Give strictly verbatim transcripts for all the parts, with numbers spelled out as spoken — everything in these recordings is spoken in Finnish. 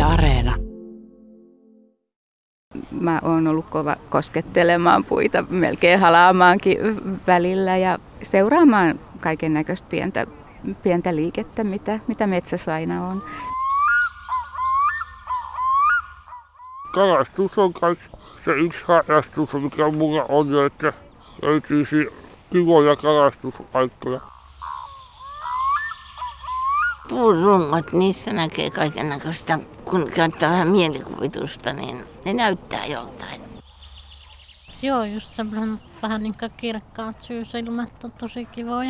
Areena. Mä oon ollut kova koskettelemaan puita, melkein halaamaankin välillä ja seuraamaan kaiken näköistä pientä, pientä liikettä, mitä, mitä metsässä aina on. Kalastus on myös se yksi harrastus, mikä mulla on, että löytyisi kivoja kalastuspaikkoja. Puurungot, niissä näkee kaikennäköistä, kun käyttää vähän mielikuvitusta, niin ne näyttää joltain. Joo, just semmoinen vähän niin kuin kirkkaat syysilmät on tosi kivoja.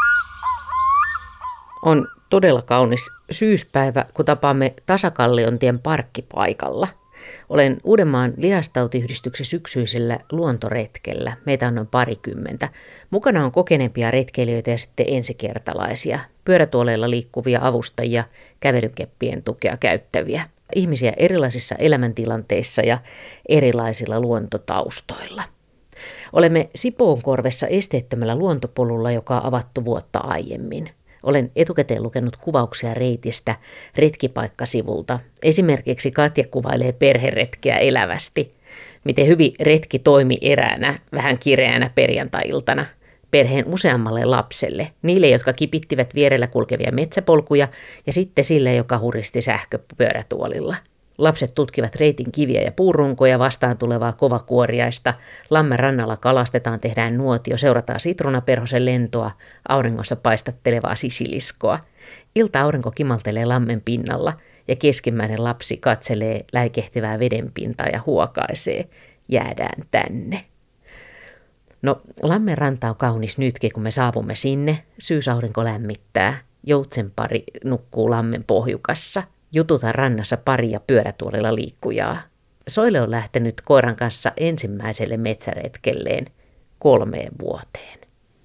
On todella kaunis syyspäivä, kun tapaamme Tasakalliontien parkkipaikalla. Olen Uudenmaan lihastautiyhdistyksen syksyisellä luontoretkellä. Meitä on noin parikymmentä. Mukana on kokeneempia retkeilijöitä ja sitten ensikertalaisia. Pyörätuoleilla liikkuvia avustajia, kävelykeppien tukea käyttäviä. Ihmisiä erilaisissa elämäntilanteissa ja erilaisilla luontotaustoilla. Olemme Sipoonkorvessa esteettömällä luontopolulla, joka on avattu vuotta aiemmin. Olen etukäteen lukenut kuvauksia reitistä retkipaikkasivulta. Esimerkiksi Katja kuvailee perheretkeä elävästi. Miten hyvin retki toimi eräänä, vähän kireänä perjantai-iltana. Perheen useammalle lapselle. Niille, jotka kipittivät vierellä kulkevia metsäpolkuja ja sitten sille, joka huristi sähköpyörätuolilla. Lapset tutkivat reitin kiviä ja puurunkoja, vastaan tulevaa kovakuoriaista. Lammen rannalla kalastetaan, tehdään nuotio, seurataan sitruunaperhosen lentoa, auringossa paistattelevaa sisiliskoa. Ilta-aurinko kimaltelee lammen pinnalla ja keskimmäinen lapsi katselee läikehtivää vedenpintaa ja huokaisee, jäädään tänne. No, lammen ranta on kaunis nytkin, kun me saavumme sinne. Syysaurinko lämmittää. Joutsenpari nukkuu lammen pohjukassa. Jututaan rannassa paria pyörätuolilla liikkujaa. Soile on lähtenyt koiran kanssa ensimmäiselle metsäretkelleen kolmeen vuoteen.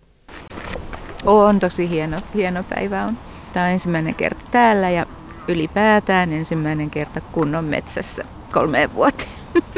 On tosi hieno, hieno päivä on. Tämä on ensimmäinen kerta täällä ja ylipäätään ensimmäinen kerta kunnon metsässä kolmeen vuoteen.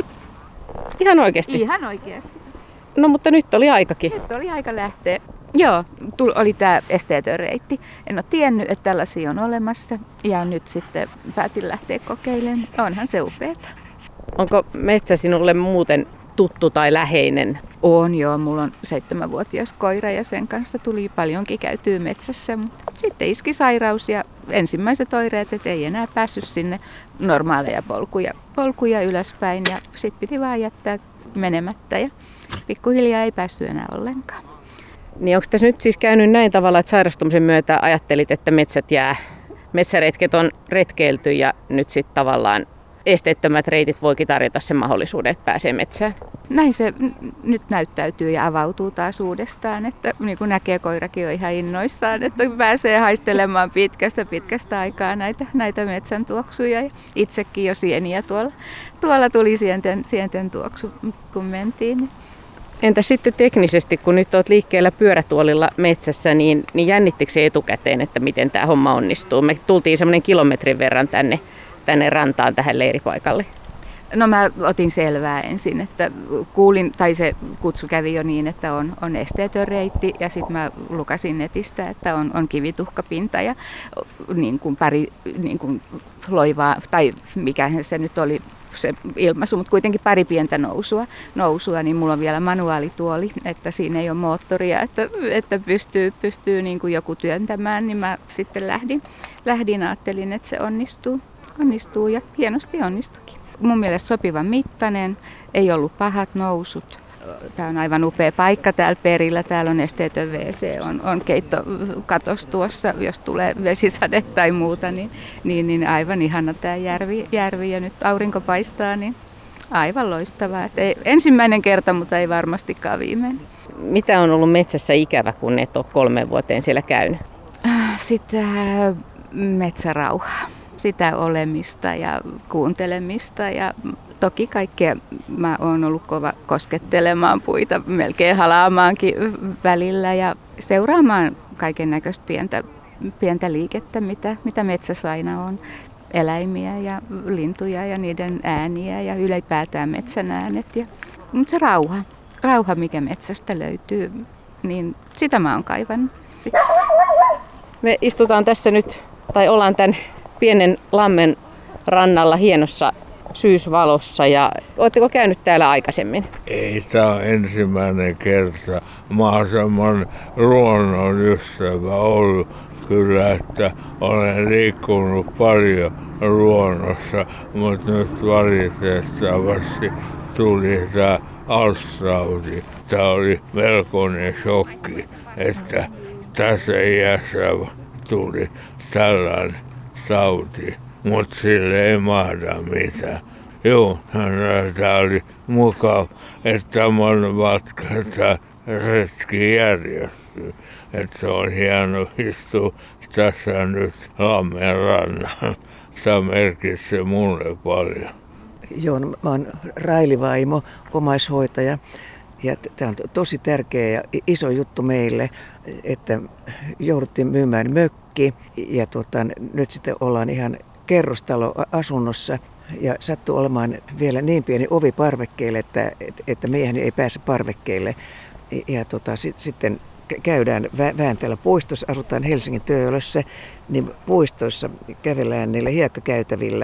Ihan oikeasti? Ihan oikeasti. No mutta nyt oli aikakin. Nyt oli aika lähteä. Joo, tuli, oli tämä esteetön reitti. En ole tiennyt, että tällaisia on olemassa ja nyt sitten päätin lähteä kokeilemaan. Onhan se upeata. Onko metsä sinulle muuten tuttu tai läheinen? On joo, mulla on seitsemänvuotias koira ja sen kanssa tuli paljonkin käytyä metsässä, mutta sitten iski sairaus ja ensimmäiset oireet, että ei enää päässyt sinne normaaleja polkuja, polkuja ylöspäin ja sitten piti vaan jättää menemättä ja pikkuhiljaa ei päässyt enää ollenkaan. Niin onko tässä nyt siis käynyt näin tavalla, että sairastumisen myötä ajattelit, että metsät jää, metsäretket on retkeilty ja nyt sitten tavallaan esteettömät reitit voikin tarjota sen mahdollisuuden, että pääsee metsään? Näin se nyt näyttäytyy ja avautuu taas uudestaan, että niin kuin näkee, koirakin on ihan innoissaan, että pääsee haistelemaan pitkästä pitkästä aikaa näitä, näitä metsän tuoksuja. Ja itsekin jo sieniä tuolla, tuolla tuli sienten, sienten tuoksu, kun mentiin. Entä sitten teknisesti, kun nyt olet liikkeellä pyörätuolilla metsässä, niin, niin jännittikö se etukäteen, että miten tämä homma onnistuu? Me tultiin semmoinen kilometrin verran tänne, tänne rantaan tähän leiripaikalle. No mä otin selvää ensin, että kuulin, tai se kutsu kävi jo niin, että on, on esteetön reitti ja sitten mä lukasin netistä, että on, on kivituhkapinta ja niin kuin pari niin kuin loivaa, tai mikä se nyt oli se ilmaisu, mutta kuitenkin pari pientä nousua, nousua, niin mulla on vielä manuaalituoli, että siinä ei ole moottoria, että, että pystyy, pystyy niin kuin joku työntämään, niin mä sitten lähdin, lähdin ajattelin, että se onnistuu, onnistuu ja hienosti onnistuikin. Mun mielestä sopivan mittainen, ei ollut pahat nousut. Tämä on aivan upea paikka täällä perillä. Täällä on esteetön wc, on, on keittokatos tuossa, jos tulee vesisade tai muuta, niin, niin, niin aivan ihana tämä järvi, järvi. Ja nyt aurinko paistaa, niin aivan loistavaa. Et ei, ensimmäinen kerta, mutta ei varmastikaan viimeinen. Mitä on ollut metsässä ikävä, kun et ole kolmeen vuoteen siellä käynyt? Sitä metsärauhaa. Sitä olemista ja kuuntelemista ja toki kaikkea mä oon ollut kova koskettelemaan puita, melkein halaamaankin välillä ja seuraamaan kaiken näköistä pientä, pientä liikettä, mitä, mitä metsässä aina on. Eläimiä ja lintuja ja niiden ääniä ja ylipäätään metsän äänet. Ja, mutta se rauha, rauha mikä metsästä löytyy, niin sitä mä oon kaivannut. Me istutaan tässä nyt, tai ollaan tämän pienen lammen rannalla hienossa syysvalossa. Ja oletteko käynyt täällä aikaisemmin? Ei, tämä on ensimmäinen kerta. Mä oon semmoinen luonnon ystävä ollut kyllä, että olen liikkunut paljon luonnossa, mutta nyt valitettavasti tuli tämä alstauti. Tämä oli melkoinen shokki, että tässä iässä tuli tällainen tauti, mutta sille ei mahda mitään. Joo, tämä oli mukava, että tämän matkan tämä retki järjestyy. Että on hieno istua tässä nyt lammen rannalla. Tämä merkitsee mulle paljon. Joo, no, mä oon Raili vaimo, omaishoitaja. Ja tämä on tosi tärkeä ja iso juttu meille, että jouduttiin myymään mökki ja tuota, nyt sitten ollaan ihan kerrostaloasunnossa ja sattuu olemaan vielä niin pieni ovi parvekkeelle, että, että mieheni ei pääse parvekkeelle. Ja tuota, sit, sitten käydään väänteellä puistossa, asutaan Helsingin Töölössä, niin puistoissa kävellään niillä hiekkakäytävillä.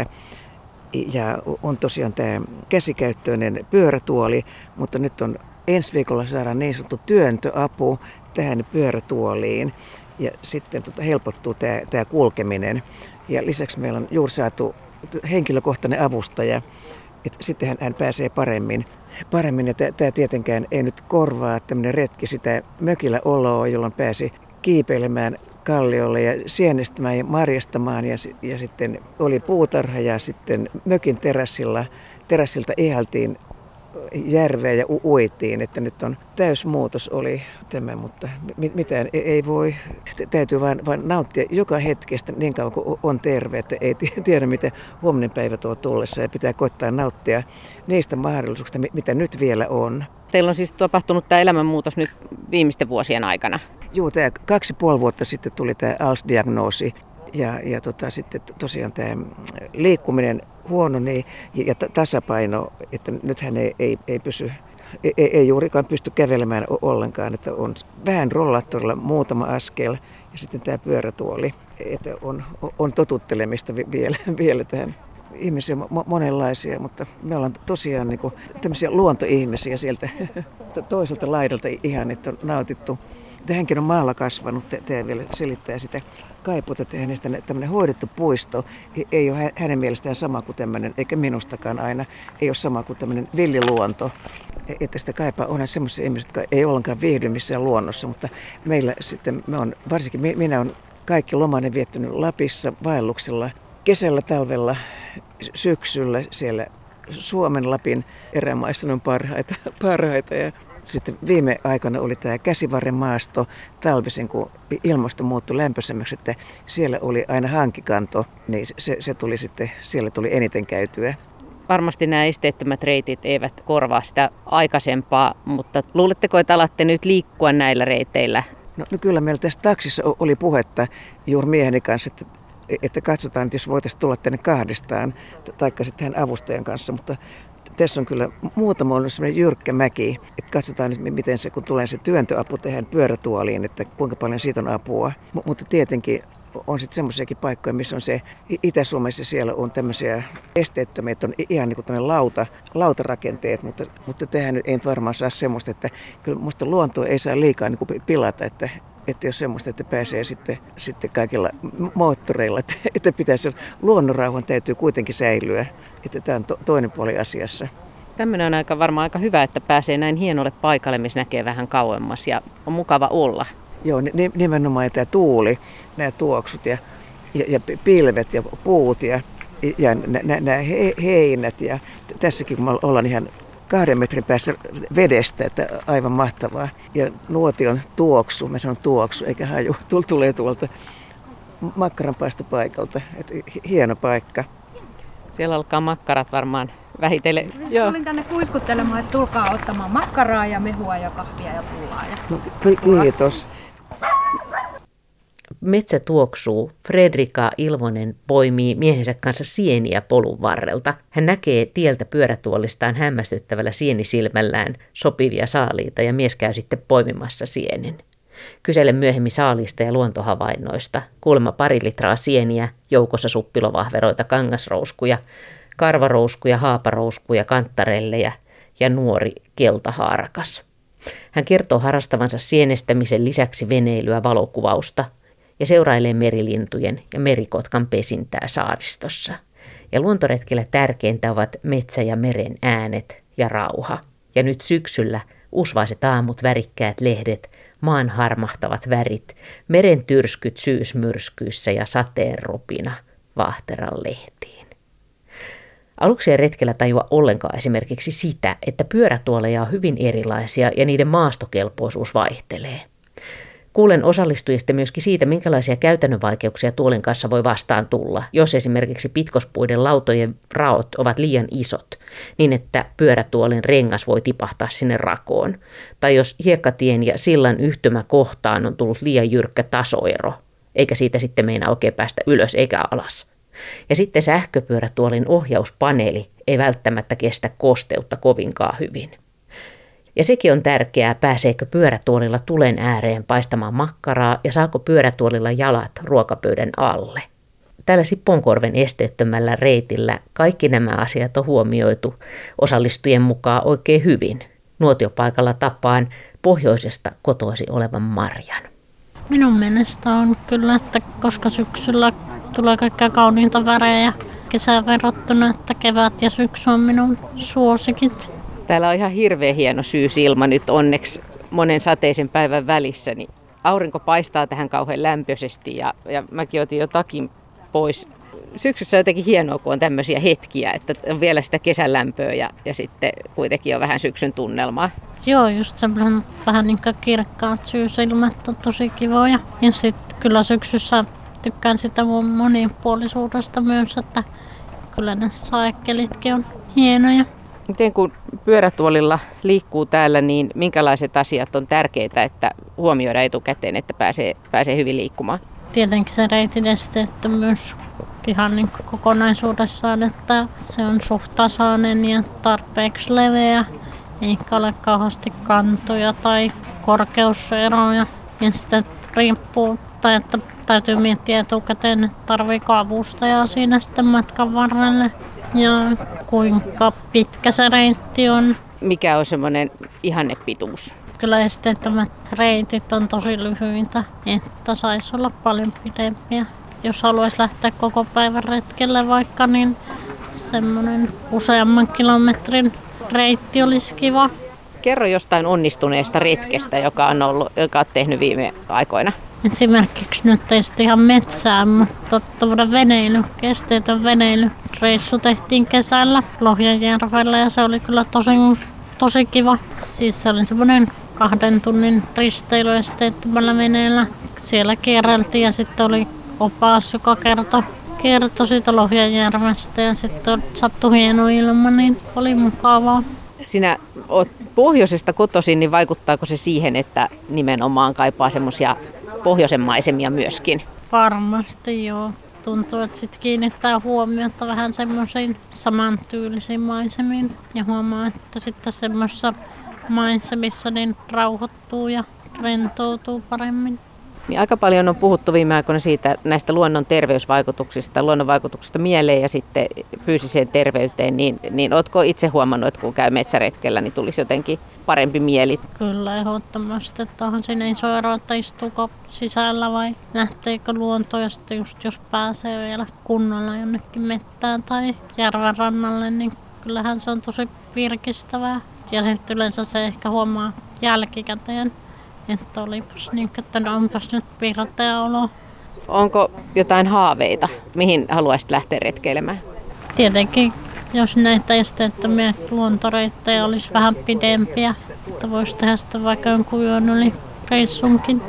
Ja on tosiaan tämä käsikäyttöinen pyörätuoli, mutta nyt on ensi viikolla saadaan niin sanottu työntöapu tähän pyörätuoliin ja sitten tota helpottuu tämä, tämä kulkeminen. Ja lisäksi meillä on juuri saatu henkilökohtainen avustaja, että sitten hän, hän pääsee paremmin. paremmin. Ja tämä tietenkään ei nyt korvaa tämmöinen retki sitä mökillä oloa, jolloin pääsi kiipeilemään kalliolle ja sienestämään ja marjastamaan ja, ja sitten oli puutarha ja sitten mökin terassilla, terassilta ihaltiin järveä ja uitiin, että nyt on täysmuutos oli tämä, mutta mitään ei voi, täytyy vain, vain nauttia joka hetkestä niin kauan kuin on terve, että ei tiedä miten huominen päivä tuo tullessa ja pitää koittaa nauttia niistä mahdollisuuksista, mitä nyt vielä on. Teillä on siis tapahtunut tämä elämänmuutos nyt viimeisten vuosien aikana. Joo, tämä kaksi puoli vuotta sitten tuli tämä A L S-diagnoosi ja, ja tota, sitten tosiaan tämä liikkuminen huononi ja tasapaino, että nythän ei, ei, ei pysy, ei, ei juurikaan pysty kävelemään ollenkaan, että on vähän rollaattorilla muutama askel ja sitten tämä pyörätuoli, että on, on totuttelemista vielä, vielä tähän. Ihmisiä on monenlaisia, mutta me ollaan tosiaan niin kuin tämmöisiä luontoihmisiä sieltä toiselta laidalta ihan, että on nautittu. Hänkin on maalla kasvanut, tämä vielä selittää sitä kaipuuta, että hänestä tämmöinen hoidettu puisto ei ole hänen mielestään sama kuin tämmöinen, eikä minustakaan aina, ei ole sama kuin tämmöinen villiluonto. Että sitä kaipaa, onhan semmoisia ihmisiä, jotka ei ollenkaan viihdy missään luonnossa, mutta meillä sitten, me on, varsinkin minä olen kaikki lomani viettänyt Lapissa, vaelluksella, kesällä, talvella, syksyllä siellä Suomen Lapin erämaissa on parhaita, parhaita ja sitten viime aikana oli tämä käsivarren maasto talvisin, kun ilmasto muuttui lämpöisemmäksi, että siellä oli aina hankikanto, niin se, se tuli sitten, siellä tuli eniten käytyä. Varmasti nämä esteettömät reitit eivät korvaa sitä aikaisempaa, mutta luuletteko, että alatte nyt liikkua näillä reiteillä? No, no kyllä meillä tässä taksissa oli puhetta juuri mieheni kanssa, että, että katsotaan, että jos voitaisiin tulla tänne kahdestaan, taikka sitten hän avustajan kanssa, mutta tässä on kyllä muutama on sellainen jyrkkä mäki, että katsotaan nyt miten se, kun tulee se työntöapu tähän pyörätuoliin, että kuinka paljon siitä on apua. M- mutta tietenkin on sitten semmoisiakin paikkoja, missä on se Itä-Suomessa siellä on tämmöisiä esteettömiä, että on ihan niin kuin tämmöinen lauta, lautarakenteet, mutta, mutta tähän nyt ei varmaan saa semmoista, että kyllä musta luontoa ei saa liikaa niin kuin pilata, että että jos semmoista, että pääsee sitten, sitten kaikilla moottoreilla, että, että pitäisi, luonnonrauhan täytyy kuitenkin säilyä, että tämä on to, toinen puoli asiassa. Tämmöinen on aika, varmaan aika hyvä, että pääsee näin hienolle paikalle, missä näkee vähän kauemmas ja on mukava olla. Joo, nimenomaan tämä tuuli, nämä tuoksut ja, ja, ja pilvet ja puut ja, ja nämä he, heinät ja tässäkin kun me ollaan ihan kahden metrin päässä vedestä, että aivan mahtavaa. Ja nuotion tuoksu, mä sanon tuoksu, eikä haju, tulee tuolta makkaranpaistopaikalta. Että hieno paikka. Siellä alkaa makkarat varmaan vähitellen. Joo. Tulin tänne kuiskuttelemaan, että tulkaa ottamaan makkaraa ja mehua ja kahvia ja pullaa. Ja... No, kiitos. Metsä tuoksuu. Fredrika Ilvonen poimii miehensä kanssa sieniä polun varrelta. Hän näkee tieltä pyörätuolistaan hämmästyttävällä sienisilmällään sopivia saaliita ja mies käy sitten poimimassa sienen. Kyselen myöhemmin saalista ja luontohavainnoista. Kuulemma pari litraa sieniä, joukossa suppilovahveroita, kangasrouskuja, karvarouskuja, haaparouskuja, kantarelleja ja nuori keltahaarakas. Hän kertoo harastavansa sienestämisen lisäksi veneilyä, valokuvausta ja seurailee merilintujen ja merikotkan pesintää saaristossa. Ja luontoretkellä tärkeintä ovat metsä ja meren äänet ja rauha. Ja nyt syksyllä usvaiset aamut, värikkäät lehdet, maan harmahtavat värit, meren tyrskyt syysmyrskyissä ja sateen rupina Vahteran lehtiin. Aluksi ei retkellä tajua ollenkaan esimerkiksi sitä, että pyörätuoleja on hyvin erilaisia ja niiden maastokelpoisuus vaihtelee. Kuulen osallistujista myöskin siitä, minkälaisia käytännön vaikeuksia tuolin kanssa voi vastaan tulla, jos esimerkiksi pitkospuiden lautojen raot ovat liian isot, niin että pyörätuolin rengas voi tipahtaa sinne rakoon. Tai jos hiekkatien ja sillan yhtymäkohtaan on tullut liian jyrkkä tasoero, eikä siitä sitten meinaa oikein päästä ylös eikä alas. Ja sitten sähköpyörätuolin ohjauspaneeli ei välttämättä kestä kosteutta kovinkaan hyvin. Ja sekin on tärkeää, pääseekö pyörätuolilla tulen ääreen paistamaan makkaraa ja saako pyörätuolilla jalat ruokapöydän alle. Tällä Sipoonkorven esteettömällä reitillä kaikki nämä asiat on huomioitu osallistujien mukaan oikein hyvin. Nuotiopaikalla tapaan pohjoisesta kotoisi olevan Marjan. Minun mielestä on kyllä, että koska syksyllä tulee kaikkea kauniita värejä kesään verrattuna, että kevät ja syksy on minun suosikit. Täällä on ihan hirveän hieno syysilma nyt onneksi monen sateisen päivän välissä. Niin aurinko paistaa tähän kauhean lämpöisesti ja, ja mäkin otin jo takin pois. Syksyssä on jotenkin hienoa, kun on tämmöisiä hetkiä, että on vielä sitä kesän lämpöä ja, ja sitten kuitenkin on vähän syksyn tunnelmaa. Joo, just semmoinen vähän niin kuin kirkkaat syysilmät on tosi kivoja. Ja sitten kyllä syksyssä tykkään sitä monipuolisuudesta myös, että kyllä ne saekkelitkin on hienoja. Miten kun pyörätuolilla liikkuu täällä, niin minkälaiset asiat on tärkeitä, että huomioida etukäteen, että pääsee, pääsee hyvin liikkumaan? Tietenkin se reitin esteettömyys ihan niin kokonaisuudessaan, että se on suht tasainen ja tarpeeksi leveä, eikä ole kauheasti kantoja tai korkeuseroja. Ja sitten riippuu, tai että täytyy miettiä etukäteen, että tarviiko avustajaa siinä sitten matkan varrelle. Ja kuinka pitkä se reitti on. Mikä on semmoinen ihannepituus? Kyllä esteettömät reitit on tosi lyhyitä, että saisi olla paljon pidempiä. Jos haluaisi lähteä koko päivän retkelle vaikka, niin semmoinen useamman kilometrin reitti olisi kiva. Kerro jostain onnistuneesta retkestä, joka on ollut, joka olet tehnyt viime aikoina. Esimerkiksi nyt ei sitten ihan metsään, mutta tuommoinen veneily, esteetön veneilyreissu tehtiin kesällä Lohjanjärvellä ja se oli kyllä tosi, tosi kiva. Siis se oli semmoinen kahden tunnin risteily esteettömällä veneellä. Siellä kierreltiin ja sitten oli opas, joka kertoi, kertoi siitä Lohjanjärvestä ja sitten sattui hieno ilma, niin oli mukavaa. Sinä olet pohjoisesta kotoisin, niin vaikuttaako se siihen, että nimenomaan kaipaa semmoisia pohjoisen maisemia myöskin? Varmasti joo. Tuntuu, että sitten kiinnittää huomiota vähän semmoisiin samantyylisiin maisemiin. Ja huomaa, että sitten semmoisissa maisemissa niin rauhoittuu ja rentoutuu paremmin. Niin aika paljon on puhuttu viime aikoina siitä näistä luonnon terveysvaikutuksista, luonnon vaikutuksista mieleen ja sitten fyysiseen terveyteen. Niin, niin oletko itse huomannut, että kun käy metsäretkellä, niin tulisi jotenkin parempi mieli? Kyllä ehdottomasti, että onhan siinä iso ero, että istuuko sisällä vai lähteekö luontoon. Ja sitten just jos pääsee vielä kunnolla jonnekin mettään tai järven rannalle, niin kyllähän se on tosi virkistävää. Ja sitten yleensä se ehkä huomaa jälkikäteen. Että olipas niin, että onpas nyt pirteä olo. Onko jotain haaveita, mihin haluaisit lähteä retkeilemään? Tietenkin, jos näitä esteettömiä luontoreittejä olisi vähän pidempiä, että voisi tehdä sitä vaikka jonkun yön yli reissunkin.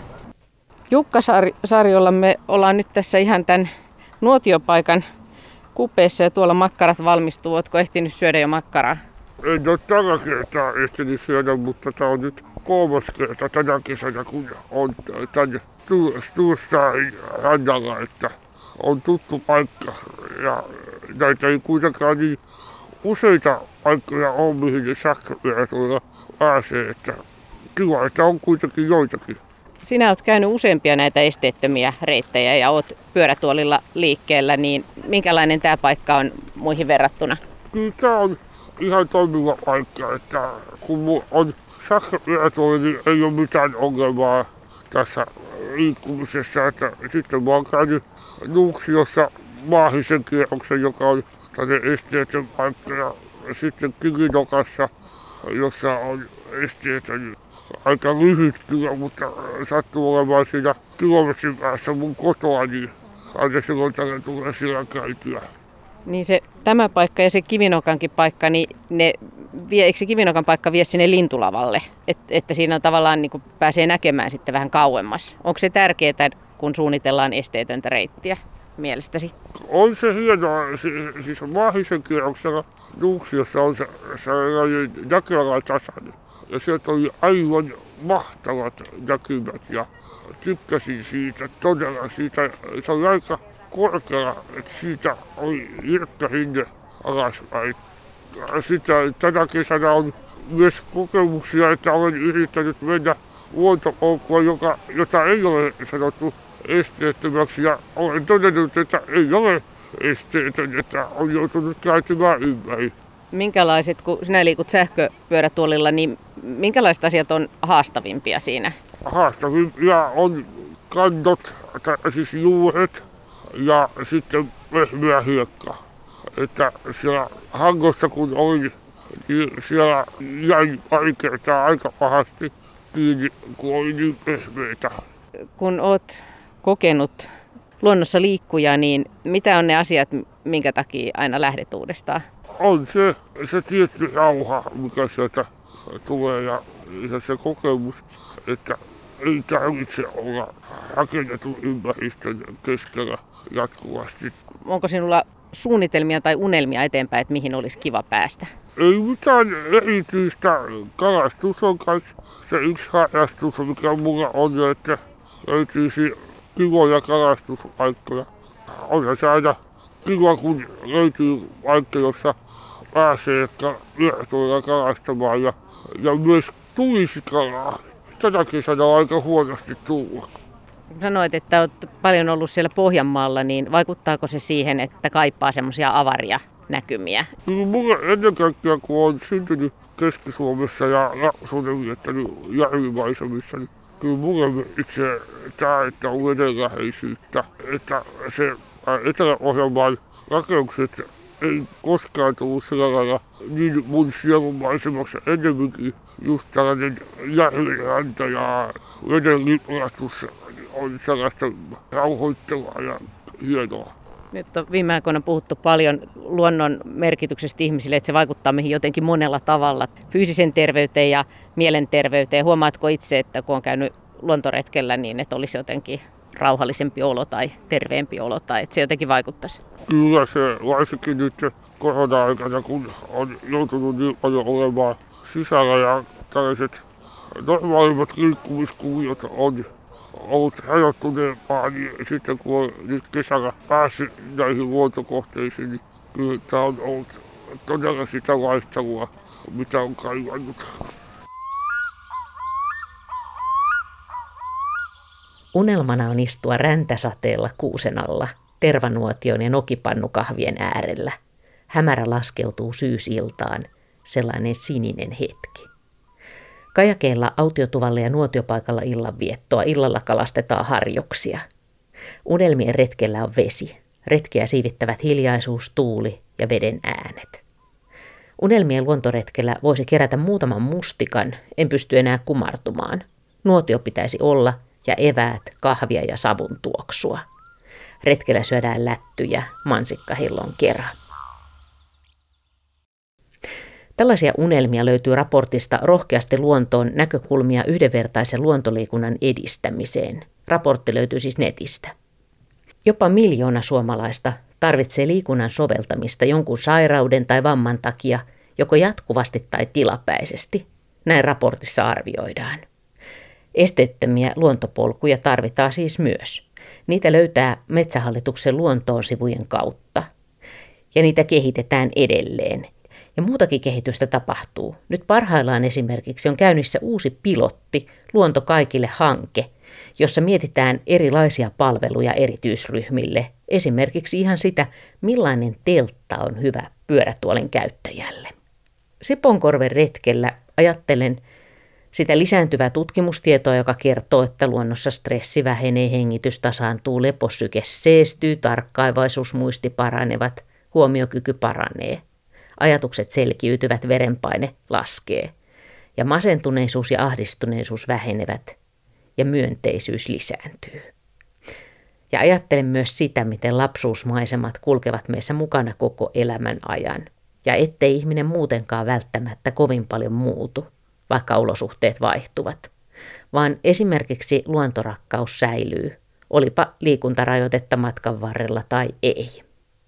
Jukka Sarjolla me ollaan nyt tässä ihan tämän nuotiopaikan kupeessa ja tuolla makkarat valmistuu. Oletko ehtinyt syödä jo makkaraa? En ole tällä kertaa ehtinyt syödä, mutta tämä on nyt kolmas kerta tänä kesänä, kun on tänne Sturstain rannalla, että on tuttu paikka. Ja näitä ei kuitenkaan niin useita paikkoja ole, mihin ne sähköpyörätuolilla pääsee, että kiva, että on kuitenkin joitakin. Sinä olet käynyt useampia näitä esteettömiä reittejä ja olet pyörätuolilla liikkeellä, niin minkälainen tämä paikka on muihin verrattuna? Kyllä tämä on ihan toimiva paikka, että kun mulla on sähköpyörätuoli, niin ei ole mitään ongelmaa tässä liikkumisessa. Että sitten mä oon käynyt Nuuksiossa Maahisen kierroksen, joka on tämmöinen esteetön paikka, ja sitten Kivinokassa, jossa on esteetön. Aika lyhyt kyllä, mutta sattuu olemaan siinä kilometrin päässä mun kotoa, niin aina silloin tällä tulee siellä käytyä. Niin se, tämä paikka ja se Kivinokankin paikka, niin ne vie, eikö se Kivinokan paikka vie sinne Lintulavalle? Et, että siinä on tavallaan niin kuin pääsee näkemään sitten vähän kauemmas. Onko se tärkeää, kun suunnitellaan esteetöntä reittiä mielestäsi? On se hienoa. Si- siis Maahisen kierroksella Nuuksiossa on se sellainen näköala tasainen. Ja sieltä oli aivan mahtavat näkymät ja tykkäsin siitä todella. Siitä, se oli aika korkea, että siitä oli hirkkä hinne alaspäin. Sitten tänä kesänä on myös kokemuksia, että olen yrittänyt mennä luontopolkua, joka, jota ei ole sanottu esteettömäksi. Ja olen todennut, että ei ole esteetön, että on joutunut käytymään ympäri. Minkälaiset, kun sinä liikut sähköpyörätuolilla, niin minkälaiset asiat on haastavimpia siinä? Haastavimpia on kantot, siis juuret ja sitten pehmeä hiekka. Että siellä Hangossa kun olin, niin siellä jäi pari kertaa aika pahasti kiinni, kun oli niin pehmeitä. Kun olet kokenut luonnossa liikkuja, niin mitä on ne asiat, minkä takia aina lähdet uudestaan? On se, se tietty rauha, mikä sieltä tulee ja se kokemus, että ei tarvitse olla rakennetun ympäristön keskellä jatkuvasti. Onko sinulla suunnitelmia tai unelmia eteenpäin, että mihin olisi kiva päästä? Ei mitään erityistä. Kalastus on kanssa se yksi harrastus, mikä mulla on, että löytyisi kivoja kalastuspaikkoja. On se aina kiva, kun löytyy paikka, jossa pääsee pyörätuolilla kalastamaan ja, ja myös tulisi kalaa. Tätä kesänä on aika huonosti tullut. Sanoit, että olet paljon ollut siellä Pohjanmaalla, niin vaikuttaako se siihen, että kaipaa semmoisia avaria näkymiä? Kyllä mulla ennen kaikkea, kun olen syntynyt Keski-Suomessa ja lapsuuden viettänyt järvimaisemissa, niin kyllä mulle itse tämä, että on vedenläheisyyttä, että se Etelä-Pohjanmaan rakennukset ei koskaan tullut sillä lailla niin mun sielunmaisemaksi ennemminkin. Just tällainen järviranta ja veden liplastus on sellaista rauhoittavaa ja hienoa. Nyt on viime aikoina puhuttu paljon luonnon merkityksestä ihmisille, että se vaikuttaa meihin jotenkin monella tavalla. Fyysisen terveyteen ja mielenterveyteen. Huomaatko itse, että kun on käynyt luontoretkellä, niin että olisi jotenkin rauhallisempi olo tai terveempi olo tai että se jotenkin vaikuttaisi? Kyllä se, varsinkin nyt korona-aikana, kun on joutunut niin paljon olemaan sisällä ja tällaiset normaalimmat liikkumiskuviot on ollut rajoittuneempaa, niin sitten kun on nyt kesällä päässyt näihin luontokohteisiin, niin kyllä tämä on ollut todella sitä vaihtelua, mitä on kaivannut. Unelmana on istua räntäsateella kuusen alla, tervanuotion ja nokipannukahvien äärellä. Hämärä laskeutuu syysiltaan, sellainen sininen hetki. Kajakeilla, autiotuvalle ja nuotiopaikalla illanviettoa, illalla kalastetaan harjuksia. Unelmien retkellä on vesi. Retkeä siivittävät hiljaisuus, tuuli ja veden äänet. Unelmien luontoretkellä voisi kerätä muutaman mustikan, en pysty enää kumartumaan. Nuotio pitäisi olla ja eväät, kahvia ja savun tuoksua. Retkellä syödään lättyjä, mansikkahillon kera. Tällaisia unelmia löytyy raportista Rohkeasti luontoon näkökulmia yhdenvertaisen luontoliikunnan edistämiseen. Raportti löytyy siis netistä. Jopa miljoona suomalaista tarvitsee liikunnan soveltamista jonkun sairauden tai vamman takia, joko jatkuvasti tai tilapäisesti. Näin raportissa arvioidaan. Esteettömiä luontopolkuja tarvitaan siis myös. Niitä löytää Metsähallituksen luontoon sivujen kautta. Ja niitä kehitetään edelleen. Ja muutakin kehitystä tapahtuu. Nyt parhaillaan esimerkiksi on käynnissä uusi pilotti, Luonto kaikille -hanke, jossa mietitään erilaisia palveluja erityisryhmille, esimerkiksi ihan sitä, millainen teltta on hyvä pyörätuolin käyttäjälle. Sipoonkorven retkellä ajattelen sitä lisääntyvää tutkimustietoa, joka kertoo, että luonnossa stressi vähenee, hengitys tasaantuu, leposyke seestyy, tarkkaavaisuusmuisti paranevat, huomiokyky paranee, ajatukset selkiytyvät, verenpaine laskee ja masentuneisuus ja ahdistuneisuus vähenevät ja myönteisyys lisääntyy. Ja ajattelen myös sitä, miten lapsuusmaisemat kulkevat meissä mukana koko elämän ajan ja ettei ihminen muutenkaan välttämättä kovin paljon muutu, vaikka olosuhteet vaihtuvat, vaan esimerkiksi luontorakkaus säilyy, olipa liikuntarajoitetta matkan varrella tai ei.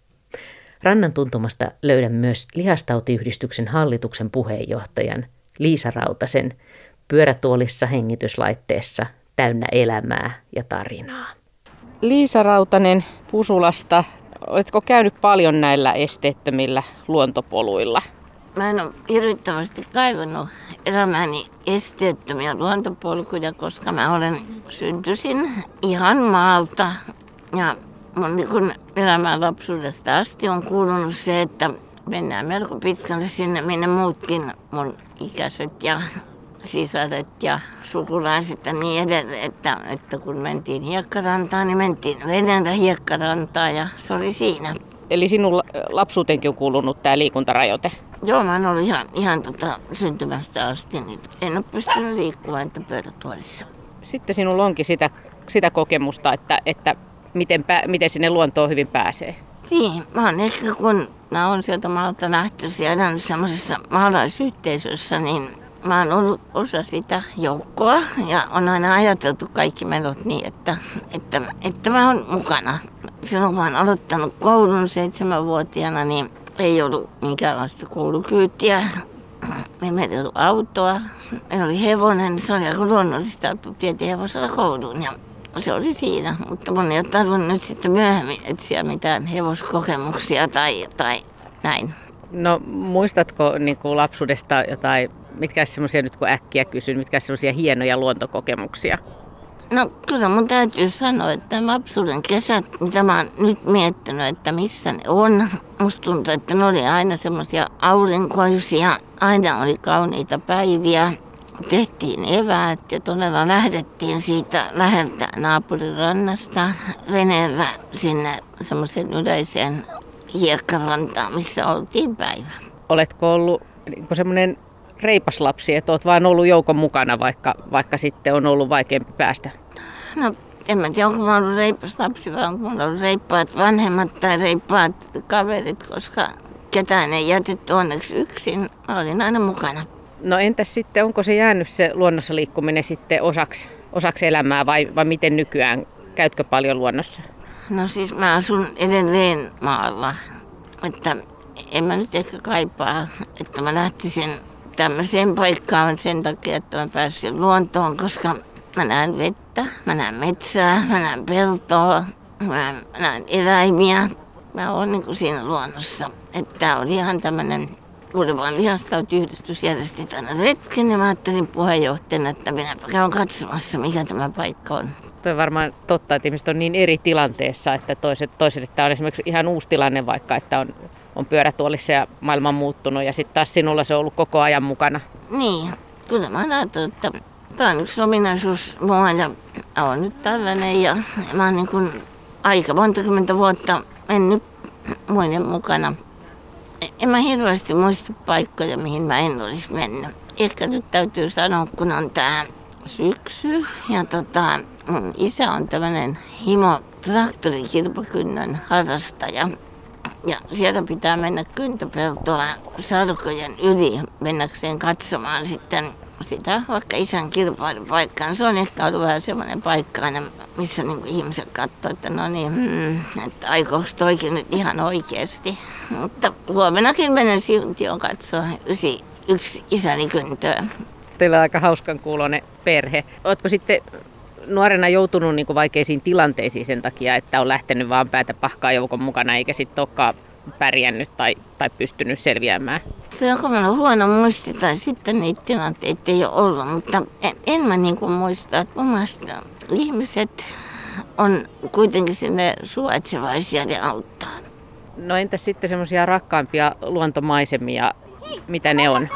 Rannan tuntumasta löydän myös Lihastautiyhdistyksen hallituksen puheenjohtajan Liisa Rautasen pyörätuolissa hengityslaitteessa täynnä elämää ja tarinaa. Liisa Rautanen Pusulasta, oletko käynyt paljon näillä esteettömillä luontopoluilla? Mä en ole hirvittävästi kaivannut elämäni esteettömiä luontopolkuja, koska mä olen syntyisin ihan maalta. Ja mun niin elämän lapsuudesta asti on kuulunut se, että mennään melko pitkälle sinne, minne muutkin mun ikäiset ja sisaret ja sukulaiset ja niin edelleen. Että, että kun mentiin hiekkarantaan, niin mentiin veneellä hiekkarantaan ja se oli siinä. Eli sinun lapsuuteenkin on kuulunut tämä liikuntarajoite? Joo, mä oon ollut ihan, ihan tota, syntymästä asti, niin en ole pystynyt liikkumaan että pyörätuolissa. Sitten sinulla onkin sitä, sitä kokemusta, että, että miten, pää, miten sinne luontoon hyvin pääsee. Niin, mä oon ehkä kun mä oon sieltä maalta lähtöisin ja elänyt semmoisessa maalaisyhteisössä, niin mä oon ollut osa sitä joukkoa ja on aina ajateltu kaikki menot niin, että, että, että mä oon mukana. Silloin mä oon aloittanut koulun seitsemänvuotiaana, niin ei ollut minkäänlaista koulukyytiä. Meillä ei ollut autoa. Meillä oli hevonen. Se oli aika luonnollista, että vietiin hevosella kouluun. Ja se oli siinä. Mutta mun ei ole tarvinnut nyt sitten myöhemmin etsiä mitään hevoskokemuksia tai, tai näin. No muistatko niin kuin lapsuudesta jotain, mitkä olisi semmoisia nyt kun äkkiä kysyn, mitkä olisi semmoisia hienoja luontokokemuksia? No kyllä mun täytyy sanoa, että lapsuuden kesät, mitä mä oon nyt miettinyt, että missä ne on. Musta tuntuu, että ne oli aina semmoisia aurinkoisia, aina oli kauniita päiviä. Tehtiin eväät ja todella lähdettiin siitä läheltä naapurirannasta veneellä sinne semmoisen yleiseen hiekkarantaan, missä oltiin päivä. Oletko ollut niin semmoinen reipas lapsi, että olet vaan ollut joukon mukana, vaikka, vaikka sitten on ollut vaikeampi päästä? No en mä tiedä, onko mä ollut reipas lapsi, vai onko mä ollut reippaat vanhemmat tai reippaat kaverit, koska ketään ei jätetty onneksi yksin. Mä olin aina mukana. No entäs sitten, onko se jäänyt se luonnossa liikkuminen sitten osaksi, osaksi elämää vai, vai miten nykyään? Käytkö paljon luonnossa? No siis mä asun edelleen maalla, että en mä nyt ehkä kaipaa, että mä lähtisin tämmöiseen paikkaan sen takia, että mä pääsin luontoon, koska mä näen vettä, mä näen metsää, mä näen peltoa, mä näen eläimiä. Mä oon niin kuin siinä luonnossa. Että tää oli ihan tämmönen Uudenmaan Lihastautiyhdistys järjesti tänne retken ja mä ajattelin puheenjohtajana, että minäpä käyn katsomassa, mikä tämä paikka on. Tuo on varmaan totta, että ihmiset on niin eri tilanteessa, että toiset, toisille tämä on esimerkiksi ihan uusi tilanne, vaikka että on, on pyörätuolissa ja maailma on muuttunut ja sitten taas sinulla se on ollut koko ajan mukana. Niin, kyllä mä ajattelin, että tämä on yksi ominaisuus mua ja mä oon nyt tällainen ja mä oon niin kuin aika montakymmentä vuotta mennyt muiden mukana. En mä hirveästi muista paikkoja, mihin mä en olisi mennyt. Ehkä nyt täytyy sanoa, kun on tää syksy ja tota, mun isä on tämmönen himo traktorikilpakynnön harrastaja. Ja sieltä pitää mennä kyntöpeltoa sarkojen yli mennäkseen katsomaan sitten sitä vaikka isän kilpailupaikkaan. Se on ehkä ollut vähän semmoinen paikka aina, missä niinku ihmiset katsoo, että no niin, hmm, että aikooko toikin nyt ihan oikeasti. Mutta huomenakin menen Siuntioon katsoa ysi, yksi isäni kyntöä. Teillä on aika hauskan kuuloinen perhe. Oletko sitten nuorena joutunut niinku vaikeisiin tilanteisiin sen takia, että on lähtenyt vaan päätä pahkaa joukon mukana eikä sitten olekaan pärjännyt tai, tai pystynyt selviämään? joko meillä on huono muisti tai sitten niitä tilanteita ei ole ollut, mutta en, en mä niin kuin muista, että mun mielestä ihmiset on kuitenkin sinne suvaitsevaisia ja auttaa. No entäs sitten semmoisia rakkaampia luontomaisemia, mitä ne on?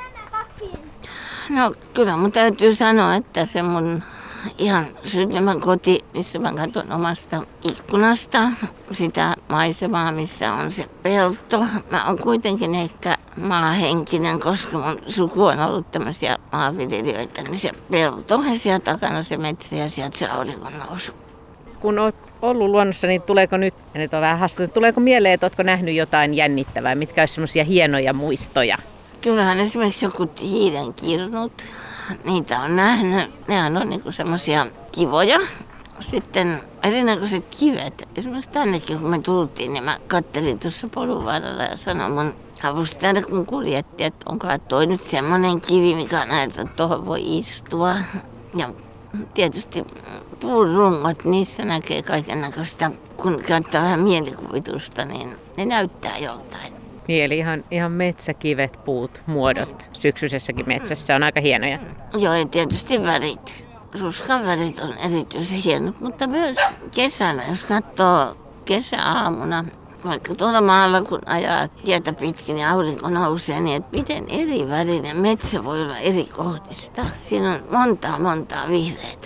No kyllä mun täytyy sanoa, että se mun ihan syntymän koti, missä mä katson omasta ikkunasta sitä maisemaa, missä on se pelto. Mä oon kuitenkin ehkä maahenkinen, koska mun suku on ollut tämmöisiä maanviljelijöitä, niin se pelto ja siellä takana se metsä ja sieltä se auringon nousu. Kun oot ollut luonnossa, niin tuleeko nyt, ja nyt on vähän hassu, tuleeko mieleen, että ootko nähnyt jotain jännittävää, mitkä olisi semmoisia hienoja muistoja? Kyllähän esimerkiksi joku hiirenkirnut, niitä on nähnyt. Nehän on niinku semmoisia kivoja. Sitten erinäköiset kivet. Esimerkiksi tännekin kun me tultiin, niin mä kattelin tuossa polun varrella ja sanoin mun avustajalle kun kuljetti, että onkohan toi nyt semmoinen kivi, mikä näyttää, että tuohon voi istua. Ja tietysti puurungot, niissä näkee kaikennäköistä. Kun käyttää vähän mielikuvitusta, niin ne näyttää joltain. Niin, eli ihan, ihan metsäkivet, puut, muodot syksyisessäkin metsässä on aika hienoja. Joo, ja tietysti värit. Ruskan värit on erityisen hienot, mutta myös kesällä, jos katsoo kesäaamuna, vaikka tuolla maalla kun ajaa tietä pitkin ja aurinko nousee, niin että miten eri värinen metsä voi olla eri kohdista. Siinä on montaa, montaa vihreää.